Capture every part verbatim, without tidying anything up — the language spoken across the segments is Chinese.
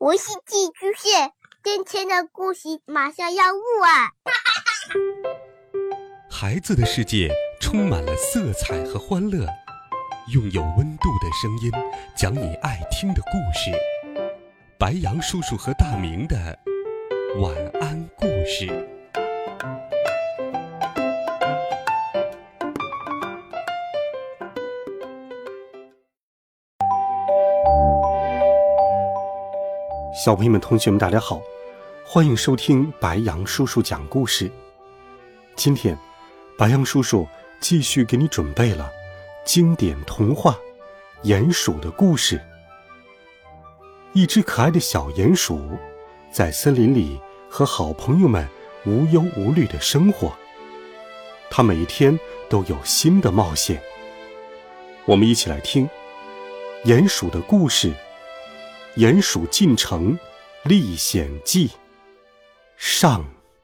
我是寄居蟹，今天的故事马上要录啊！ 孩子的世界充满了色彩和欢乐，用有温度的声音讲你爱听的故事。白羊叔叔和大明的晚安故事。 小朋友们、同学们，大家好，欢迎收听白羊叔叔讲故事。今天，白羊叔叔继续给你准备了经典童话《鼹鼠的故事》。一只可爱的小鼹鼠，在森林里和好朋友们无忧无虑地生活。它每天都有新的冒险。我们一起来听《鼹鼠的故事》。鼹鼠进城历险记上。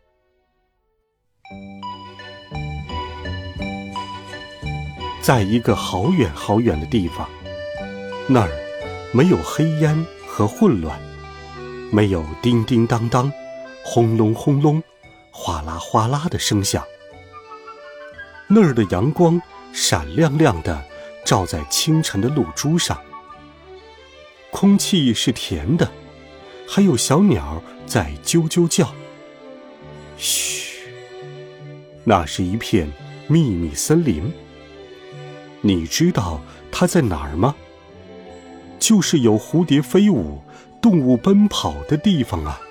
在一个好远好远的地方，那儿没有黑烟和混乱，没有叮叮当当、轰隆轰隆、哗啦哗啦的声响。那儿的阳光闪亮亮地照在清晨的露珠上，空气是甜的，还有小鸟在啾啾叫。嘘，那是一片秘密森林。你知道它在哪儿吗？就是有蝴蝶飞舞、动物奔跑的地方啊。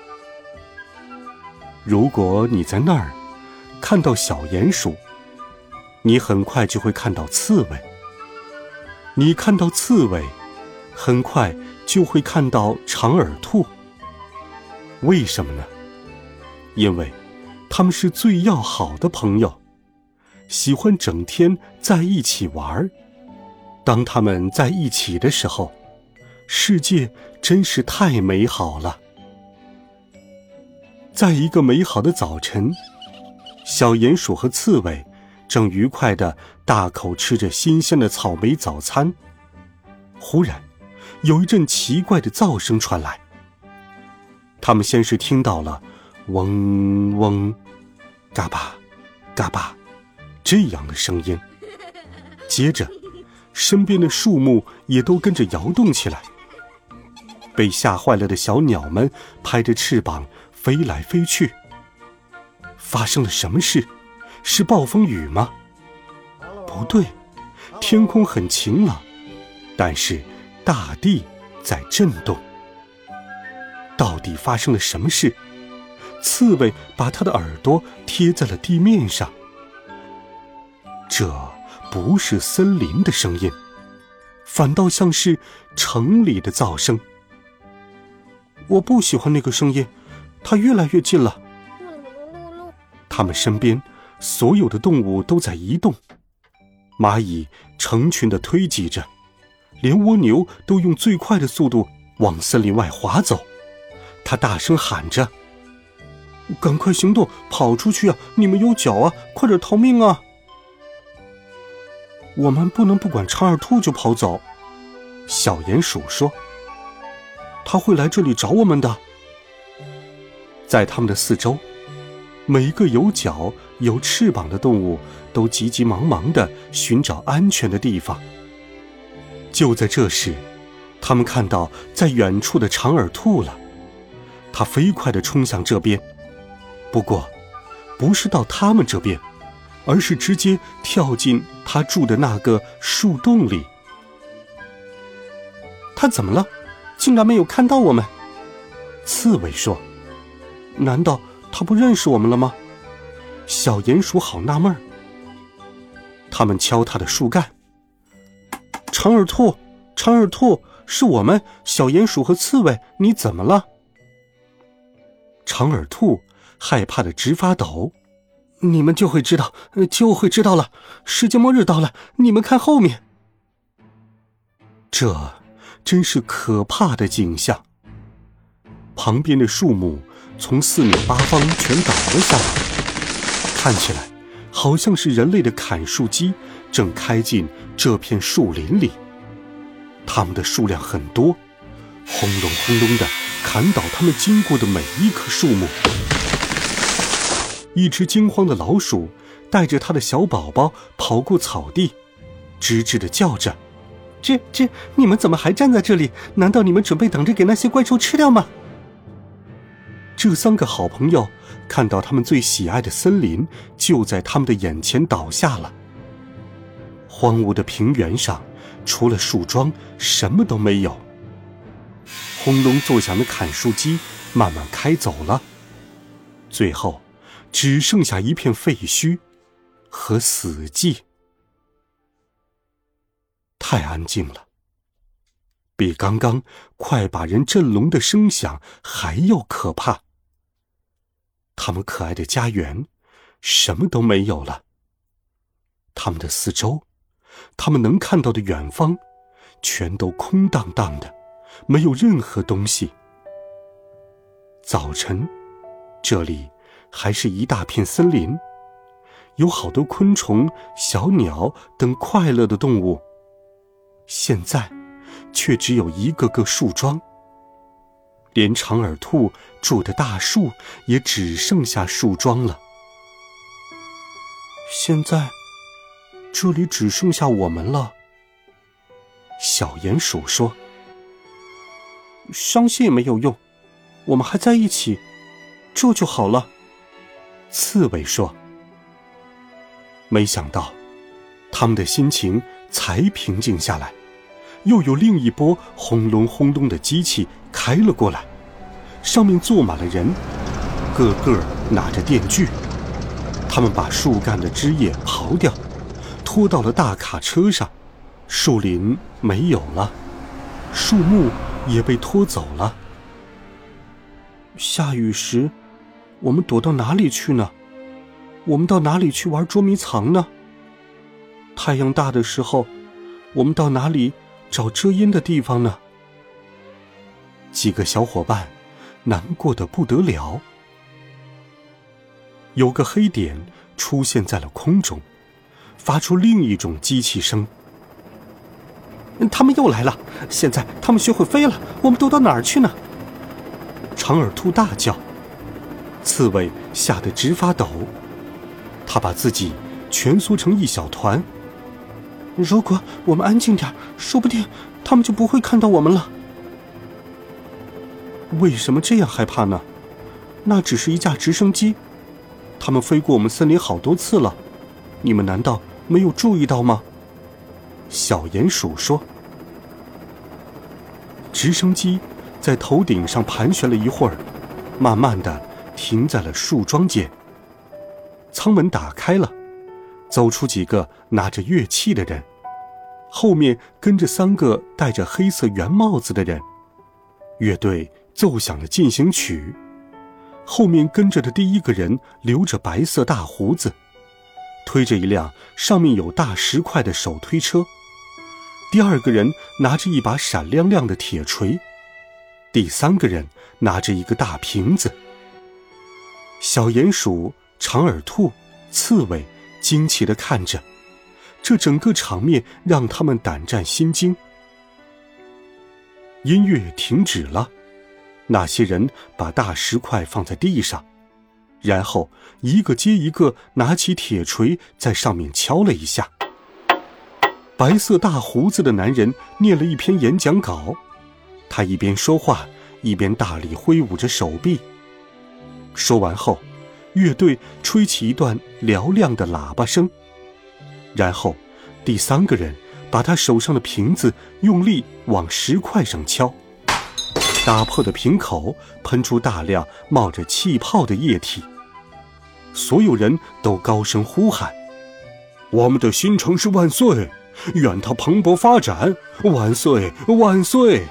如果你在那儿看到小鼹鼠，你很快就会看到刺猬。你看到刺猬，很快就会看到长耳兔。为什么呢？因为他们是最要好的朋友，喜欢整天在一起玩。当他们在一起的时候，世界真是太美好了。在一个美好的早晨，小鼹鼠和刺猬正愉快地大口吃着新鲜的草莓早餐。忽然有一阵奇怪的噪声传来，他们先是听到了嗡嗡、嘎巴、嘎巴这样的声音，接着身边的树木也都跟着摇动起来。被吓坏了的小鸟们拍着翅膀飞来飞去。发生了什么事？是暴风雨吗？不对，天空很晴朗，但是大地在震动。到底发生了什么事？刺猬把它的耳朵贴在了地面上。这不是森林的声音，反倒像是城里的噪声。我不喜欢那个声音，它越来越近了。它们身边所有的动物都在移动，蚂蚁成群地推挤着，连蜗牛都用最快的速度往森林外滑走。他大声喊着：赶快行动，跑出去啊！你们有脚啊，快点逃命啊！我们不能不管长耳兔就跑走，小鼹鼠说，他会来这里找我们的。在他们的四周，每一个有脚有翅膀的动物都急急忙忙地寻找安全的地方。就在这时，他们看到在远处的长耳兔了。它飞快地冲向这边，不过不是到他们这边，而是直接跳进他住的那个树洞里。他怎么了？竟然没有看到我们？刺猬说。难道他不认识我们了吗？小鼹鼠好纳闷儿。他们敲他的树干。长耳兔，长耳兔，是我们小鼹鼠和刺猬，你怎么了？长耳兔害怕的直发抖。你们就会知道，就会知道了。世界末日到了，你们看后面。这真是可怕的景象。旁边的树木从四面八方全倒了下来，看起来好像是人类的砍树机正开进这片树林里。它们的数量很多，轰隆轰隆的砍倒他们经过的每一棵树木。一只惊慌的老鼠带着他的小宝宝跑过草地，吱吱地叫着：吱吱，你们怎么还站在这里？难道你们准备等着给那些怪兽吃掉吗？这三个好朋友看到他们最喜爱的森林就在他们的眼前倒下了。荒芜的平原上除了树桩什么都没有。轰隆作响的砍树机慢慢开走了，最后只剩下一片废墟和死寂。太安静了，比刚刚快把人震聋的声响还要可怕。他们可爱的家园什么都没有了，他们的四周，他们能看到的远方全都空荡荡的，没有任何东西。早晨，这里还是一大片森林，有好多昆虫、小鸟等快乐的动物，现在却只有一个个树桩，连长耳兔住的大树也只剩下树桩了。现在这里只剩下我们了，小鼹鼠说。伤心也没有用，我们还在一起，这就好了。刺猬说。没想到他们的心情才平静下来，又有另一波轰隆轰隆的机器开了过来，上面坐满了人，个个拿着电锯。他们把树干的枝叶刨掉，拖到了大卡车上。树林没有了，树木也被拖走了。下雨时，我们躲到哪里去呢？我们到哪里去玩捉迷藏呢？太阳大的时候，我们到哪里找遮阴的地方呢？几个小伙伴难过得不得了。有个黑点出现在了空中，发出另一种机器声。他们又来了，现在他们学会飞了，我们躲到哪儿去呢？长耳兔大叫。刺猬吓得直发抖，他把自己蜷缩成一小团。如果我们安静点，说不定他们就不会看到我们了。为什么这样害怕呢？那只是一架直升机，他们飞过我们森林好多次了，你们难道没有注意到吗？小鼹鼠说。直升机在头顶上盘旋了一会儿，慢慢地停在了树桩间。舱门打开了，走出几个拿着乐器的人，后面跟着三个戴着黑色圆帽子的人。乐队奏响了进行曲，后面跟着的第一个人留着白色大胡子，推着一辆上面有大石块的手推车。第二个人拿着一把闪亮亮的铁锤，第三个人拿着一个大瓶子。小鼹鼠、长耳兔、刺猬惊奇地看着，这整个场面让他们胆战心惊。音乐停止了，那些人把大石块放在地上，然后一个接一个拿起铁锤在上面敲了一下。白色大胡子的男人念了一篇演讲稿，他一边说话一边大力挥舞着手臂。说完后，乐队吹起一段嘹亮的喇叭声，然后第三个人把他手上的瓶子用力往石块上敲，打破的瓶口喷出大量冒着气泡的液体。所有人都高声呼喊：我们的新城市万岁，愿它蓬勃发展，万岁万岁！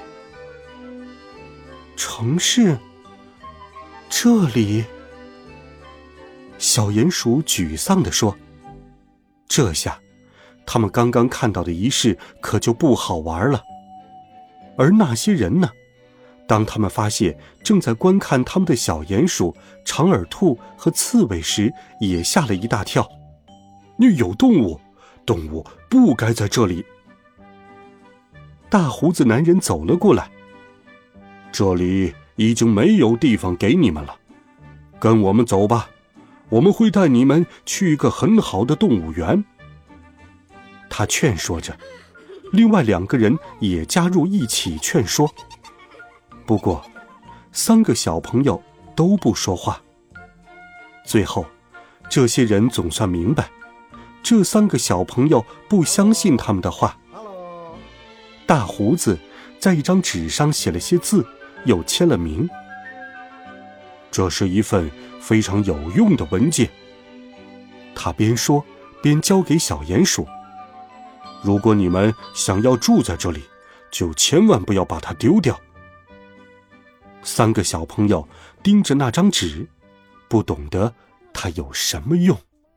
城市，这里。小鼹鼠沮丧地说，这下他们刚刚看到的仪式可就不好玩了。而那些人呢？当他们发现正在观看他们的小鼹鼠、长耳兔和刺猬时，也吓了一大跳。你有动物，动物不该在这里。大胡子男人走了过来，这里已经没有地方给你们了，跟我们走吧，我们会带你们去一个很好的动物园。他劝说着，另外两个人也加入一起劝说。不过，三个小朋友都不说话。最后，这些人总算明白，这三个小朋友不相信他们的话。大胡子在一张纸上写了些字，又签了名。这是一份非常有用的文件。他边说边交给小鼹鼠。如果你们想要住在这里，就千万不要把它丢掉。三个小朋友盯着那张纸，不懂得它有什么用。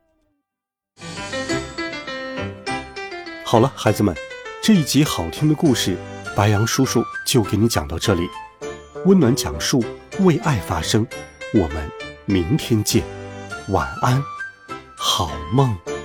好了，孩子们，这一集好听的故事，白羊叔叔就给你讲到这里。温暖讲述，为爱发声，我们明天见，晚安，好梦。